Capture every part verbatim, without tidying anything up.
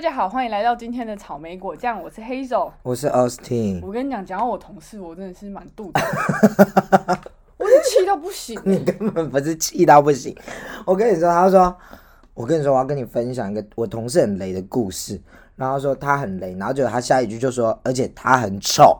家好，欢迎来到今天的草莓果酱，我是 Hazel， 我是 Austin。 我跟你讲，讲到我同事，我真的是蛮肚子的，我是气到不行。 你根本不是气到不行，我跟你说，他说，我跟你说，我要跟你分享一个我同事很雷的故事，然后说他很雷，然后结果他下一句就说，而且他很丑。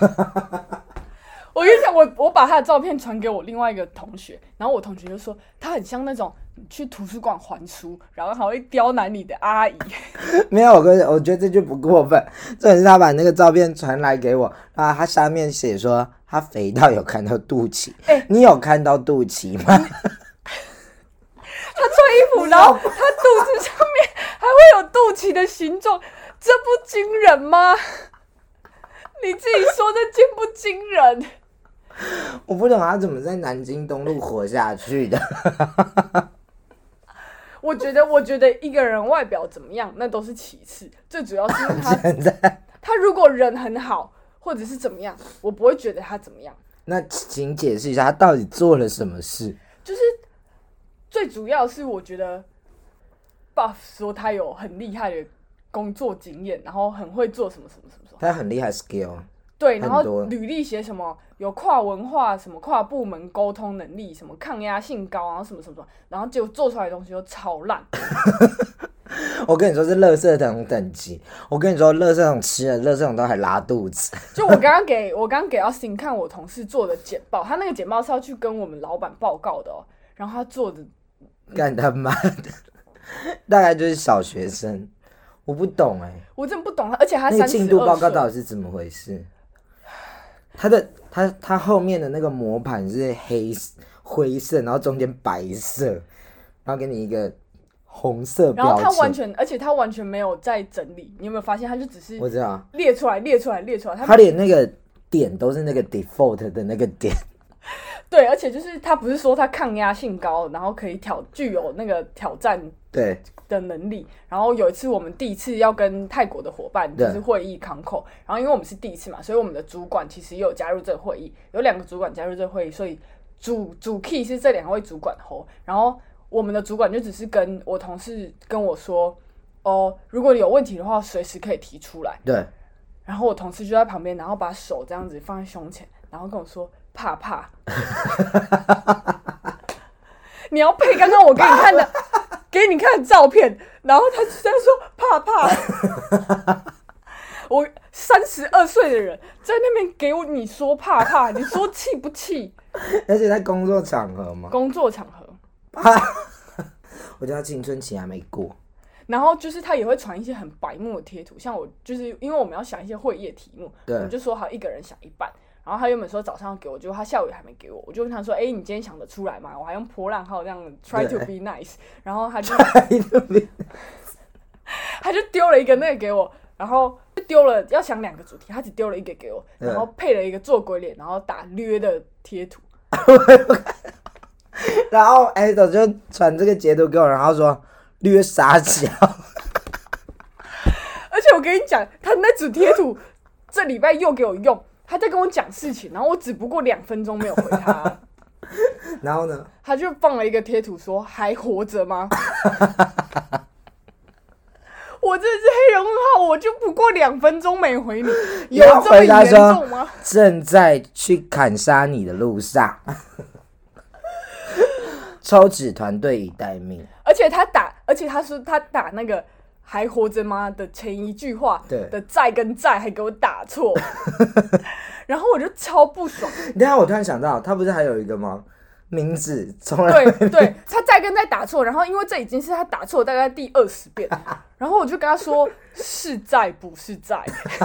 我跟你讲，我我把他的照片传给我另外一个同学，然后我同学就说他很像那种去图书馆还书，然后还会刁难你的阿姨。 没有，我跟我觉得这就不过分，重点是他把那个照片传来给我，然后他下面写说他肥到有看到肚脐，欸、你有看到肚脐吗？ 他穿衣服，然后他肚子上面还会有肚脐的形状，这不惊人吗？你自己说这惊不惊人？ 我不懂他怎么在南京东路活下去的。 我觉得，我觉得一个人外表怎么样，那都是其次，最主要是他他如果人很好，或者是怎么样，我不会觉得他怎么样。 那请解释一下，他到底做了什么事？ 就是最主要是我觉得 Buff 说他有很厉害的工作经验，然后很会做什么什么什么什么， 他很厉害 skill。 对，然后履历写什么有跨文化、什么跨部门沟通能力、什么抗压性高，然后什么什么什么，然后结果做出来的东西又超烂。 我跟你说是垃圾桶等级，我跟你说垃圾桶吃了，垃圾桶都还拉肚子。 就我刚刚给我刚刚给 Austin 看我同事做的简报，他那个简报是要去跟我们老板报告的哦，然后他做的干他妈的，大概就是小学生，我不懂哎、欸， 我真的不懂，而且他那个进度报告到底是怎么回事？他的他他后面的那个模盘是黑灰色，然后中间白色，然后给你一个红色标签， 然后他完全，而且他完全没有在整理，你有没有发现？他就只是我知道列出来列出来列出来， 他, 他连那个点都是那个 default 的那个点。 对，而且就是他不是说他抗压性高，然后可以挑具有那个挑战对的能力。然后有一次我们第一次要跟泰国的伙伴就是会议 concall， 然后因为我们是第一次嘛，所以我们的主管其实也有加入这个会议，有两个主管加入这个会议，所以主主 key 是这两位主管 hold。然后我们的主管就只是跟我同事跟我说，哦，如果你有问题的话，随时可以提出来。 对。 然后我同事就在旁边，然后把手这样子放在胸前，然后跟我说。怕怕，你要配刚刚我给你看的，给你看的照片，然后他就这样说怕怕。我三十二岁的人在那边给我你说怕怕，你说气不气？ 而且在工作场合吗？ 工作场合， 我觉得他青春期还没过。 然后就是他也会传一些很白目的贴图，像我就是因为我们要想一些会议的题目，我们就说好一个人想一半。然后他原本说早上要给我，结果他下午也还没给我，我就问他说：“哎、欸，你今天想得出来吗？”我还用波浪号这样 try to be nice， 然后他就他就丢了一个那个给我，然后就丢了要想两个主题，他只丢了一个给我，然后配了一个做鬼脸，然后打略的贴图， 然后哎，我就传这个截图给我，然后说略撒娇， 而且我跟你讲，他那组贴图这礼拜又给我用。他在跟我讲事情，然后我只不过两分钟没有回他， 然后呢， 他就放了一个贴图说还活着吗？我真的是黑人问号，我就不过两分钟没回你，有这么严重吗？ 正在去砍杀你的路上，抽脂团队已待命。 而且他打，而且他说他打那个。还活着吗的前一句话的在跟在还给我打错，然后我就超不爽。 等一下我突然想到，他不是还有一个吗？名字从来对对，他在跟在打错，然后因为这已经是他打错大概第二十遍，然后我就跟他说是在不是在。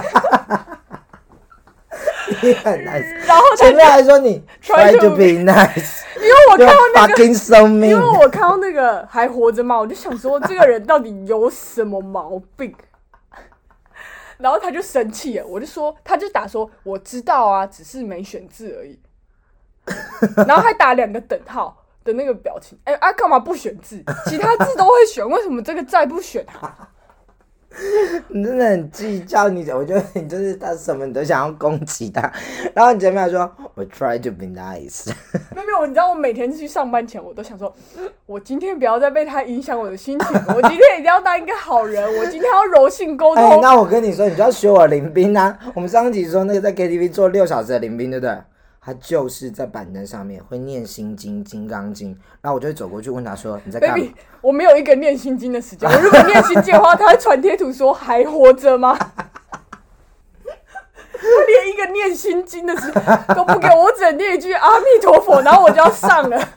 你很 nice， 然后前面还说你 try to be nice， 因为我看到那个， so mean， 因为我看到那个还活着嘛，我就想说这个人到底有什么毛病？然后他就生气了，我就说，他就打说我知道啊，只是没选字而已，然后还打两个等号的那个表情，哎啊，干嘛不选字？其他字都会选，为什么这个再不选啊？ 你真的很计较，你我觉得你就是他什么你都想要攻击他，然后你前面还说我 try to be nice。 没有没有，你知道我每天去上班前，我都想说，我今天不要再被他影响我的心情，我今天一定要当一个好人，我今天要柔性沟通。 哎、欸，那我跟你说，你就要学我林斌啊。我们上一集说那个在 K T V 做六小时的林斌，对不对？他就是在板凳上面会念心经、金刚经，然后我就会走过去问他说：“你在干嘛？” Baby， 我没有一个念心经的时间。我如果念心经的话，他会传贴图说还活着吗？他连一个念心经的时都不给我，我只能念一句阿弥陀佛，然后我就要上了。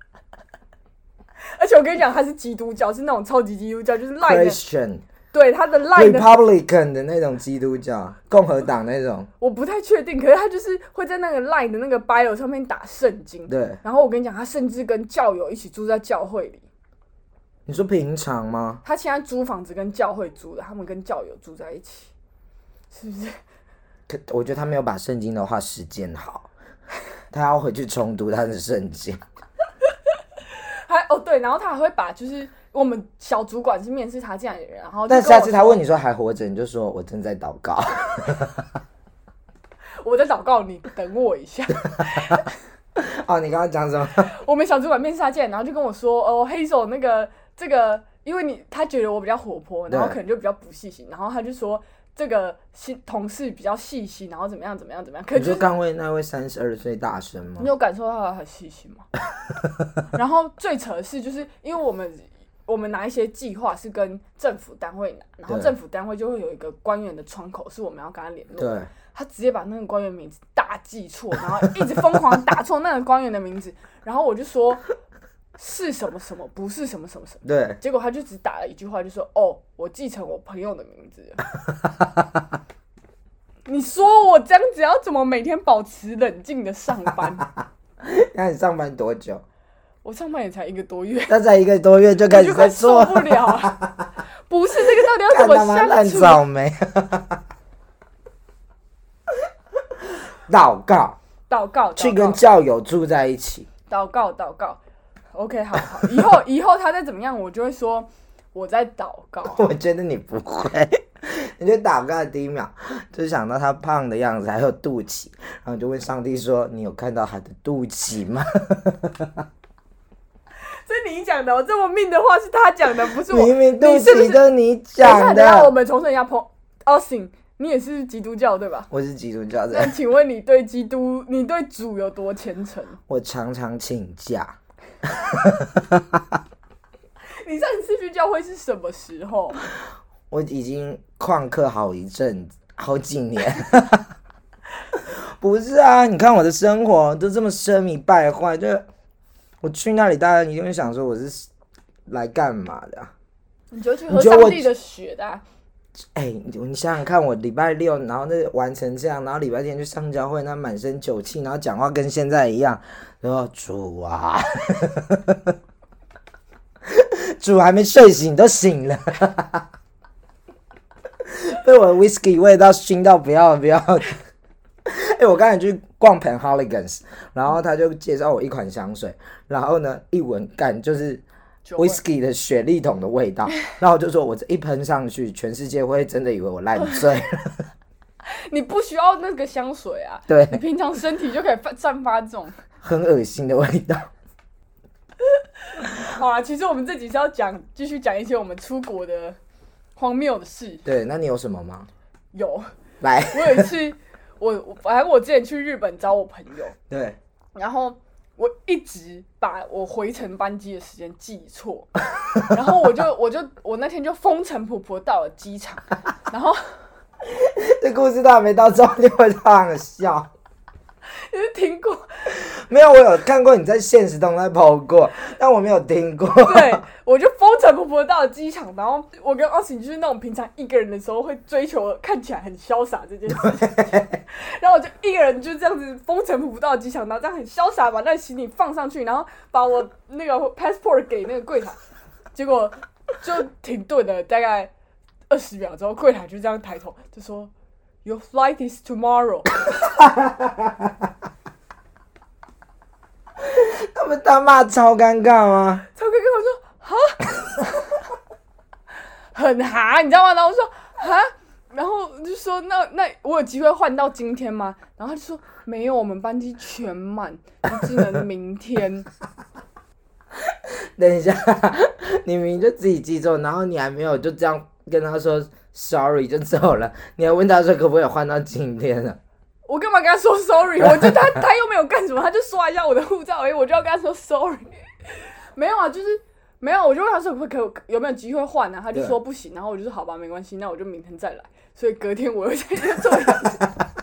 而且我跟你讲，他是基督教，是那种超级基督教，就是赖的。 Christian。 对，他的 line 的 Republican 的那种基督教，共和党那种， 我不太确定。可是他就是会在那个 line 的那个 bio 上面打圣经。 对。 然后我跟你讲，他甚至跟教友一起住在教会里。 你说平常吗？ 他现在租房子跟教会租的，他们跟教友住在一起，是不是？ 可我觉得他没有把圣经的话实践好，他要回去重读他的圣经。 还哦对，然后他还会把就是我们小主管是面试他这样的人，然后但下次他问你说还活着，你就说我正在祷告。 我在祷告，你等我一下。 哦，你刚刚讲什么？ 我们小主管面试他进来，然后就跟我说：“哦，黑手那个这个，因为你他觉得我比较活泼，然后可能就比较不细心，然后他就说这个新同事比较细心，然后怎么样怎么样怎么样。”可是、就是、 你就刚为那位三十二岁大生吗？ 你有感受到他很细心吗？然后最扯的是，就是因为我们我们拿一些计划是跟政府单位拿，然后政府单位就会有一个官员的窗口，是我们要跟他联络。 对。 他直接把那个官员名字大记错，然后一直疯狂打错那个官员的名字，然后我就说是什么什么，不是什么什么什么。 对。结果他就只打了一句话，就说：“哦，我继承我朋友的名字了。”你说我这样子要怎么每天保持冷静的上班？ 那你上班多久？ 我上班也才一个多月。 那才一个多月就开始在做， 我就快受不了啊！不是这个到底要怎么相处？ 烂草莓。祷告， 祷告， 去跟教友住在一起。 祷告，祷告。OK， 好好，以后以后他再怎么样，我就会说我在祷告。 我觉得你不会，你就祷告的第一秒就想到他胖的样子，还有肚脐，然后就问上帝说：“你有看到他的肚脐吗？” 是你讲的，我这么命的话是他讲的，不是我。 明明肚脐都是你讲的。 等一下，我们重申一下 ，Austin。你也是基督教对吧？ 我是基督教的。 那请问你对基督、你对主有多虔诚？ 我常常请假。 你上一次去教会是什么时候？ 我已经旷课好一阵，好几年。不是啊，你看我的生活都这么奢靡败坏，就我去那里，大家一定会想说我是来干嘛的、啊？ 你就去喝上帝的血的、啊。 哎、欸，你想想看，我礼拜六，然后那完成这样，然后礼拜天去上教会，那满身酒气，然后讲话跟现在一样，然后主啊，主还没睡醒都醒了，被我的 whisky 味道熏到不要不要。哎、欸，我刚才去逛 Penhaligon's， 然后他就介绍我一款香水，然后呢一闻干就是。whisky 的雪莉桶的味道，然后我就说，我这一喷上去，全世界会真的以为我烂醉了。 你不需要那个香水啊， 对， 你平常身体就可以散发这种很恶心的味道。 好啦，其实我们这集是要讲，继续讲一些我们出国的荒谬的事。 对，那你有什么吗？ 有， 来， 我有一次，我反正我之前去日本找我朋友， 对， 然后。我一直把我回程班机的时间记错，然后我就我就我那天就风尘仆仆到了机场，然后这故事都还没到中间，我就好笑。 你是听过？ 没有，我有看过你在现实动态 po 过，但我没有听过。 对，我就风尘仆仆到了机场，然后我跟Austin就是那种平常一个人的时候会追求看起来很潇洒这件事情，然后我就一个人就这样子风尘仆仆到了机场，然后这样很潇洒把那个行李放上去，然后把我那个 passport 给那个柜台，结果就停顿了大概二十秒之后，柜台就这样抬头就说 Your flight is tomorrow。 他们大骂超尴尬吗？ 超尴尬，我说哈，很哈，你知道吗？然后我说哈，然后就说那那我有机会换到今天吗？然后他就说没有，我们班机全满，你只能明天。 等一下，你明明就自己记错，然后你还没有就这样跟他说 sorry 就走了，你还问他说可不可以换到今天呢？ 我干嘛跟他说 sorry？ 我觉得他他又没有干什么，他就刷一下我的护照而已，我就要跟他说 sorry。没有啊，就是没有，我就问他说可可有没有机会换啊？他就说不行，然后我就说好吧，没关系，那我就明天再来。所以隔天我又在做两次。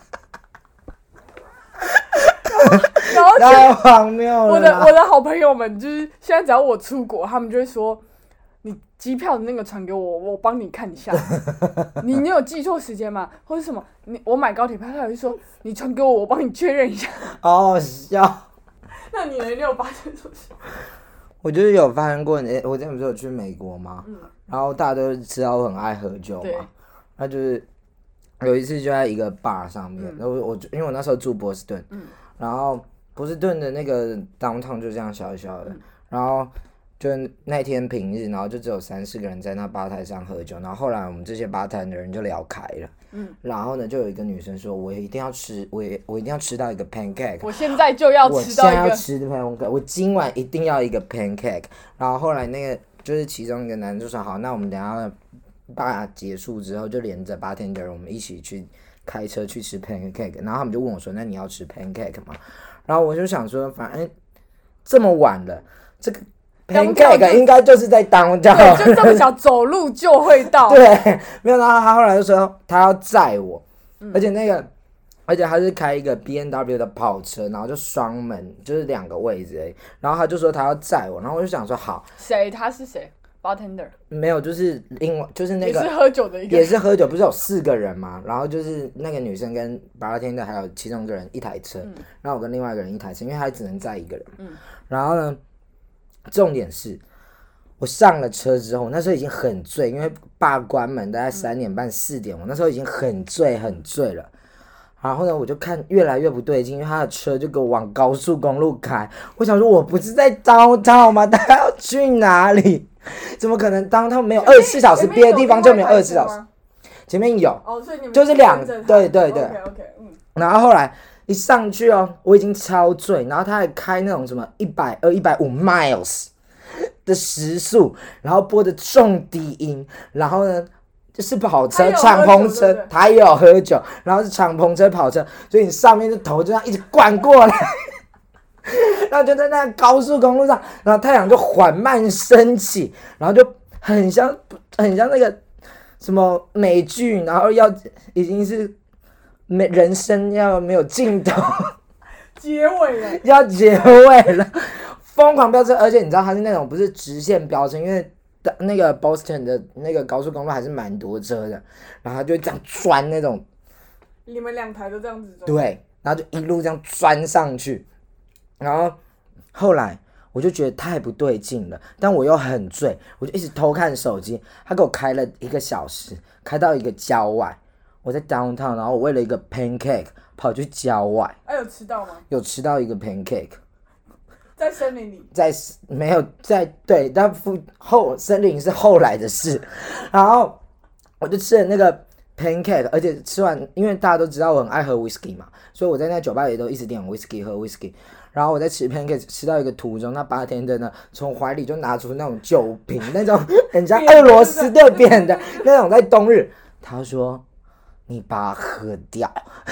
然后太荒谬了！ 我的我的好朋友们就是现在只要我出国，他们就会说你机票的那个传给我，我帮你看一下。你你有记错时间吗？或者什么？你我买高铁票，他就说你传给我，我帮你确认一下。 好好笑。 那你呢？你有发生什么事？ 我就是有发生过，欸、我之前不是有去美国吗？ 嗯、 然后大家都知道我很爱喝酒嘛，那就是有一次就在一个 bar 上面，嗯、然后我因为我那时候住波士顿，嗯、然后波士顿的那个 downtown 就这样小小的，嗯、然后就那天平日，然后就只有三四个人在那吧台上喝酒，然后后来我们这些吧台的人就聊开了，嗯、然后呢就有一个女生说，我一定要吃，我也我一定要吃到一个 pancake， 我现在就要吃到一个， 我现在要吃 pancake， 我今晚一定要一个 pancake， 然后后来那个就是其中一个男人就说好，那我们等一下吧结束之后就连着 bartender 我们一起去开车去吃 pancake， 然后他们就问我说，那你要吃 pancake 吗？然后我就想说，反正这么晚了，这个 pancake 应该就是在downtown， 对，就这么小，走路就会到。 对，没有，然后他后来就说他要载我，嗯、而且那个，而且他是开一个 B M W 的跑车，然后就双门，就是两个位置而已。然后他就说他要载我，然后我就想说好。 谁？他是谁 ？Bartender？ 没有，就是另外就是那个也是喝酒的一个， 也是喝酒，不是有四个人嘛？然后就是那个女生跟 Bartender 还有其中一个人一台车，嗯、然后我跟另外一个人一台车，因为他只能载一个人。嗯、然后呢，重点是。我上了车之后，那时候已经很醉，因为爸关门大概三点半四点，我那时候已经很醉很醉了。然后呢，我就看越来越不对劲，因为他的车就给我往高速公路开。我想说，我不是在downtown吗？他要去哪里？怎么可能downtown没有二十四小时，别的地方就没有二十四小时？前面有， 哦，所以你们就是两，对对对。 OK OK， 嗯。 然后后来一上去哦，我已经超醉，然后他还开那种什么一百二、一百五 miles。的时速，然后播的重低音，然后呢就是跑车、敞篷车，他也有喝酒，然后是敞篷车跑车，所以你上面的头就这样一直灌过来，然后就在那高速公路上，然后太阳就缓慢升起，然后就很像很像那个什么美剧，然后要已经是没人生要没有尽头， 结尾了， 要结尾了。疯狂飙车，而且你知道它是那种不是直线飙车，因为那个 Boston 的那个高速公路还是蛮多车的，然后它就会这样钻那种。 你们两台都这样子钻？ 对，然后就一路这样钻上去，然后后来我就觉得太不对劲了，但我又很醉，我就一直偷看手机。他给我开了一个小时，开到一个郊外，我在 downtown， 然后我为了一个 pancake 跑去郊外。 哎、啊，有吃到吗？ 有吃到一个 pancake。 在森林里， 在没有在对，但后森林是后来的事。然后我就吃了那个 pancake， 而且吃完，因为大家都知道我很爱喝 whisky 嘛，所以我在那酒吧也都一直点 whisky 喝 whisky。然后我在吃 pancake 吃到一个途中，那bartender呢从怀里就拿出那种酒瓶，那种很像俄罗斯的扁的那种，在冬日，他说你把它喝掉。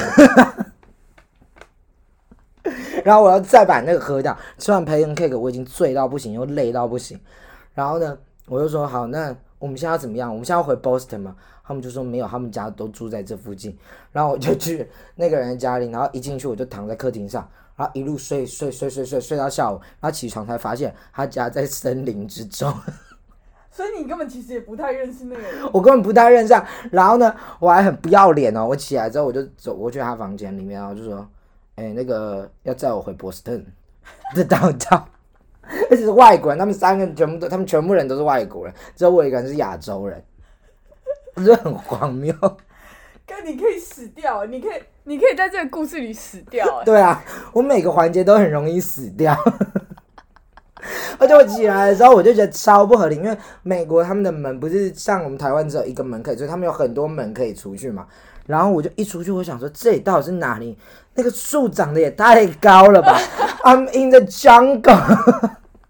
然后我要再把那个喝掉，吃完 pancake 我已经醉到不行，又累到不行。然后呢，我就说好，那我们现在要怎么样？我们现在要回 Boston 吗？他们就说没有，他们家都住在这附近。然后我就去那个人的家里，然后一进去我就躺在客厅上，然后一路睡睡睡睡睡睡到下午，然后起床才发现他家在森林之中。 所以你根本其实也不太认识那个人。 我根本不太认识。然后呢，我还很不要脸哦，我起来之后我就走过去他房间里面，然后就说。哎、欸，那个要载我回波士顿的downtown，而且是外国人，他们三个全部都，他们全部人都是外国人，只有我一个人是亚洲人，我觉得很荒谬。 哥，你可以死掉，你可以，你可以在这个故事里死掉。 对啊，我每个环节都很容易死掉。 而且我起来的时候我就觉得超不合理，因为美国他们的门不是像我们台湾只有一个门可以出，他们有很多门可以出去嘛。然后我就一出去，我想说这里到底是哪里？那个树长得也太高了吧！I'm in the jungle 。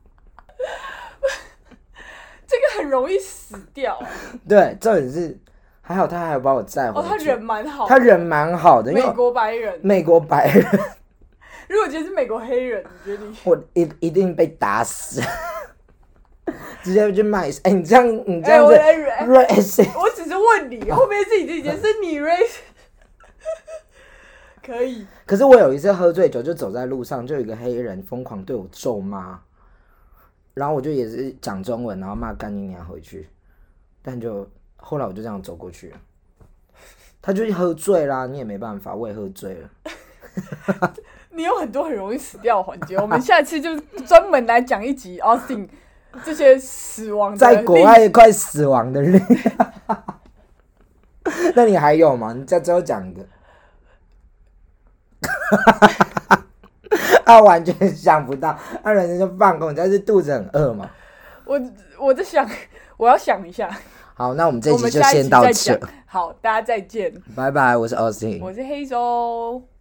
这个很容易死掉。 对，重点是还好他还有把我载回去。 哦，他人蛮好的， 他人蛮好的，因为美国白人， 美国白人。 如果今天是美国黑人，你觉得你？ 我一一定被打死，直接去卖。哎、欸，你这样你这样子 racist，、欸、 我只是问你，后面是你自己解释，你 racist 可以。 可是我有一次喝醉酒，就走在路上，就有一个黑人疯狂对我咒骂，然后我就也是讲中文，然后骂干你娘回去，但就后来我就这样走过去了。他就喝醉啦，你也没办法，我也喝醉了。 你有很多很容易死掉的环节，我们下次就专门来讲一集 Austin 这些死亡的在国外快死亡的人。那你还有吗？你再最后讲一个。他、啊、完全想不到，他、啊、人家就放空，你这是肚子很饿吗？ 我我在想，我要想一下。 好，那我们这一集就先到这。 好，大家再见， 拜拜。我是 Austin， 我是黑周。